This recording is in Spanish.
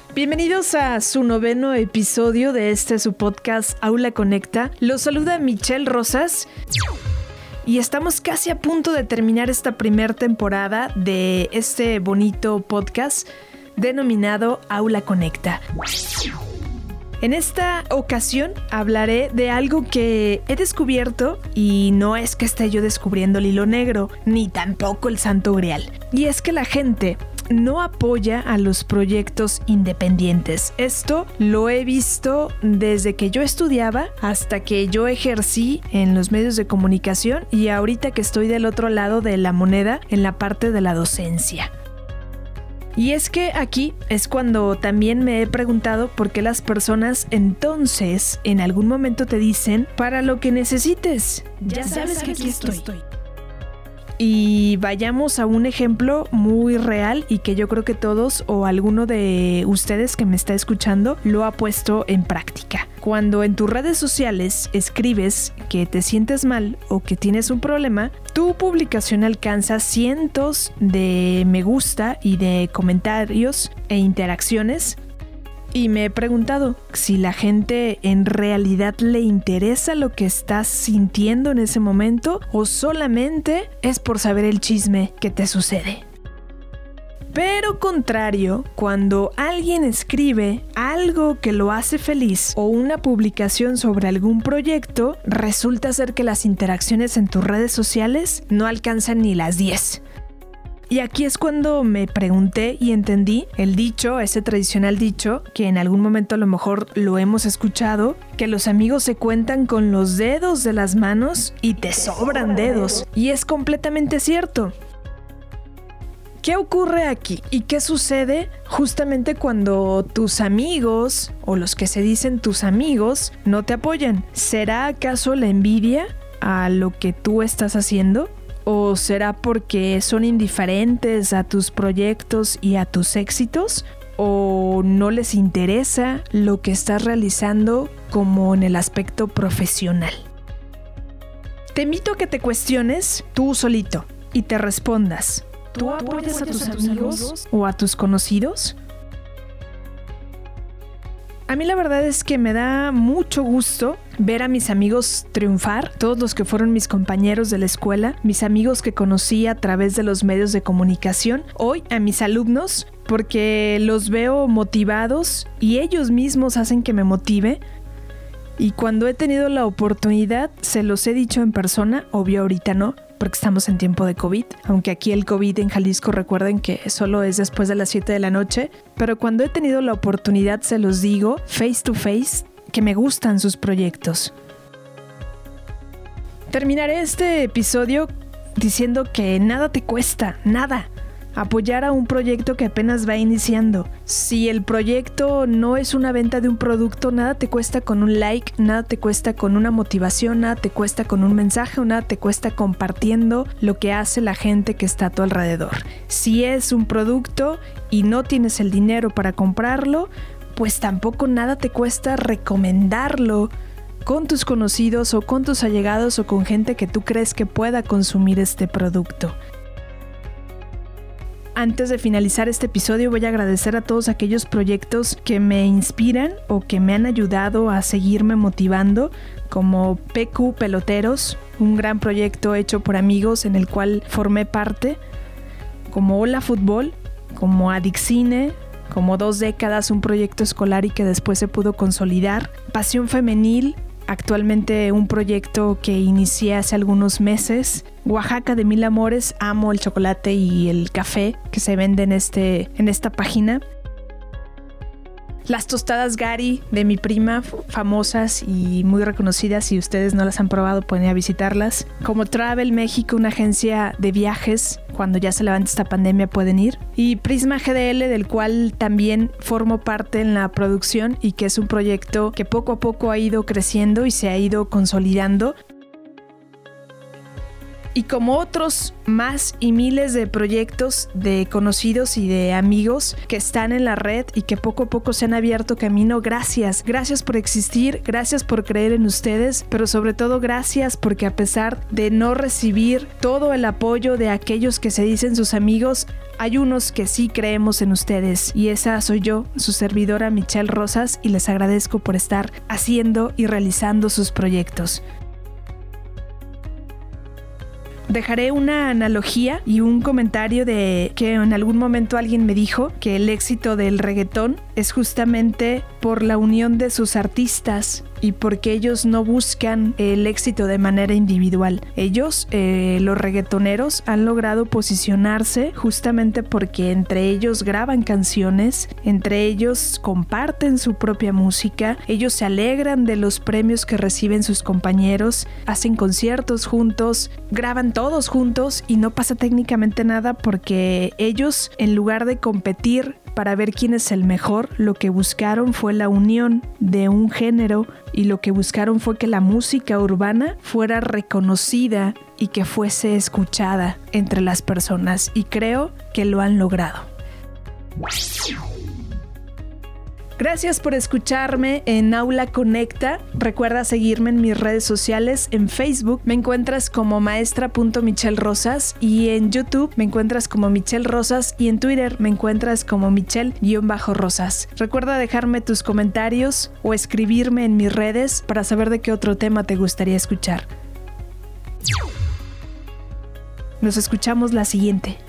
Bienvenidos a su 9º episodio de su podcast Aula Conecta. Los saluda Michelle Rosas y estamos casi a punto de terminar esta primera temporada de este bonito podcast denominado Aula Conecta. En esta ocasión hablaré de algo que he descubierto y no es que esté yo descubriendo el hilo negro, ni tampoco el santo grial. Y es que la gente no apoya a los proyectos independientes. Esto lo he visto desde que yo estudiaba hasta que yo ejercí en los medios de comunicación y ahorita que estoy del otro lado de la moneda en la parte de la docencia. Y es que aquí es cuando también me he preguntado por qué las personas entonces en algún momento te dicen para lo que necesites. Ya sabes que aquí estoy. Y vayamos a un ejemplo muy real y que yo creo que todos o alguno de ustedes que me está escuchando lo ha puesto en práctica. Cuando en tus redes sociales escribes que te sientes mal o que tienes un problema, tu publicación alcanza cientos de me gusta y de comentarios e interacciones. Y me he preguntado si la gente en realidad le interesa lo que estás sintiendo en ese momento o solamente es por saber el chisme que te sucede. Pero contrario, cuando alguien escribe algo que lo hace feliz o una publicación sobre algún proyecto, resulta ser que las interacciones en tus redes sociales no alcanzan ni las 10. Y aquí es cuando me pregunté y entendí el dicho, ese tradicional dicho, que en algún momento a lo mejor lo hemos escuchado, que los amigos se cuentan con los dedos de las manos y te sobran dedos. Y es completamente cierto. ¿Qué ocurre aquí? ¿Y qué sucede justamente cuando tus amigos, o los que se dicen tus amigos, no te apoyan? ¿Será acaso la envidia a lo que tú estás haciendo? ¿O será porque son indiferentes a tus proyectos y a tus éxitos? ¿O no les interesa lo que estás realizando como en el aspecto profesional? Te invito a que te cuestiones tú solito y te respondas. ¿Tú apoyas a tus amigos o a tus conocidos? A mí la verdad es que me da mucho gusto ver a mis amigos triunfar, todos los que fueron mis compañeros de la escuela, mis amigos que conocí a través de los medios de comunicación, hoy a mis alumnos, porque los veo motivados y ellos mismos hacen que me motive. Y cuando he tenido la oportunidad, se los he dicho en persona, obvio ahorita no, porque estamos en tiempo de COVID, aunque aquí el COVID en Jalisco recuerden que solo es después de las 7 de la noche, pero cuando he tenido la oportunidad se los digo face to face que me gustan sus proyectos. Terminaré este episodio diciendo que nada te cuesta, nada. Apoyar a un proyecto que apenas va iniciando. Si el proyecto no es una venta de un producto, nada te cuesta con un like, nada te cuesta con una motivación, nada te cuesta con un mensaje o nada te cuesta compartiendo lo que hace la gente que está a tu alrededor. Si es un producto y no tienes el dinero para comprarlo, pues tampoco nada te cuesta recomendarlo con tus conocidos o con tus allegados o con gente que tú crees que pueda consumir este producto. Antes de finalizar este episodio voy a agradecer a todos aquellos proyectos que me inspiran o que me han ayudado a seguirme motivando, como PQ Peloteros, un gran proyecto hecho por amigos en el cual formé parte, como Hola Fútbol, como Adixine, como 2 décadas, un proyecto escolar y que después se pudo consolidar, Pasión Femenil, actualmente un proyecto que inicié hace algunos meses, Oaxaca de Mil Amores, amo el chocolate y el café que se vende en esta página. Las tostadas Gary de mi prima, famosas y muy reconocidas. Si ustedes no las han probado, pueden ir a visitarlas. Como Travel México, una agencia de viajes. Cuando ya se levante esta pandemia pueden ir. Y Prisma GDL, del cual también formo parte en la producción y que es un proyecto que poco a poco ha ido creciendo y se ha ido consolidando. Y como otros más y miles de proyectos de conocidos y de amigos que están en la red y que poco a poco se han abierto camino, gracias por existir, gracias por creer en ustedes, pero sobre todo gracias porque a pesar de no recibir todo el apoyo de aquellos que se dicen sus amigos, hay unos que sí creemos en ustedes y esa soy yo, su servidora Michelle Rosas, y les agradezco por estar haciendo y realizando sus proyectos. Dejaré una analogía y un comentario de que en algún momento alguien me dijo que el éxito del reggaetón es justamente por la unión de sus artistas y porque ellos no buscan el éxito de manera individual. Ellos, los reggaetoneros, han logrado posicionarse justamente porque entre ellos graban canciones, entre ellos comparten su propia música, ellos se alegran de los premios que reciben sus compañeros, hacen conciertos juntos, graban todos juntos y no pasa técnicamente nada porque ellos, en lugar de competir para ver quién es el mejor, lo que buscaron fue la unión de un género y lo que buscaron fue que la música urbana fuera reconocida y que fuese escuchada entre las personas, y creo que lo han logrado. Gracias por escucharme en Aula Conecta. Recuerda seguirme en mis redes sociales. En Facebook me encuentras como maestra.michelrosas y en YouTube me encuentras como Michelle Rosas y en Twitter me encuentras como Michelle_Rosas. Recuerda dejarme tus comentarios o escribirme en mis redes para saber de qué otro tema te gustaría escuchar. Nos escuchamos la siguiente.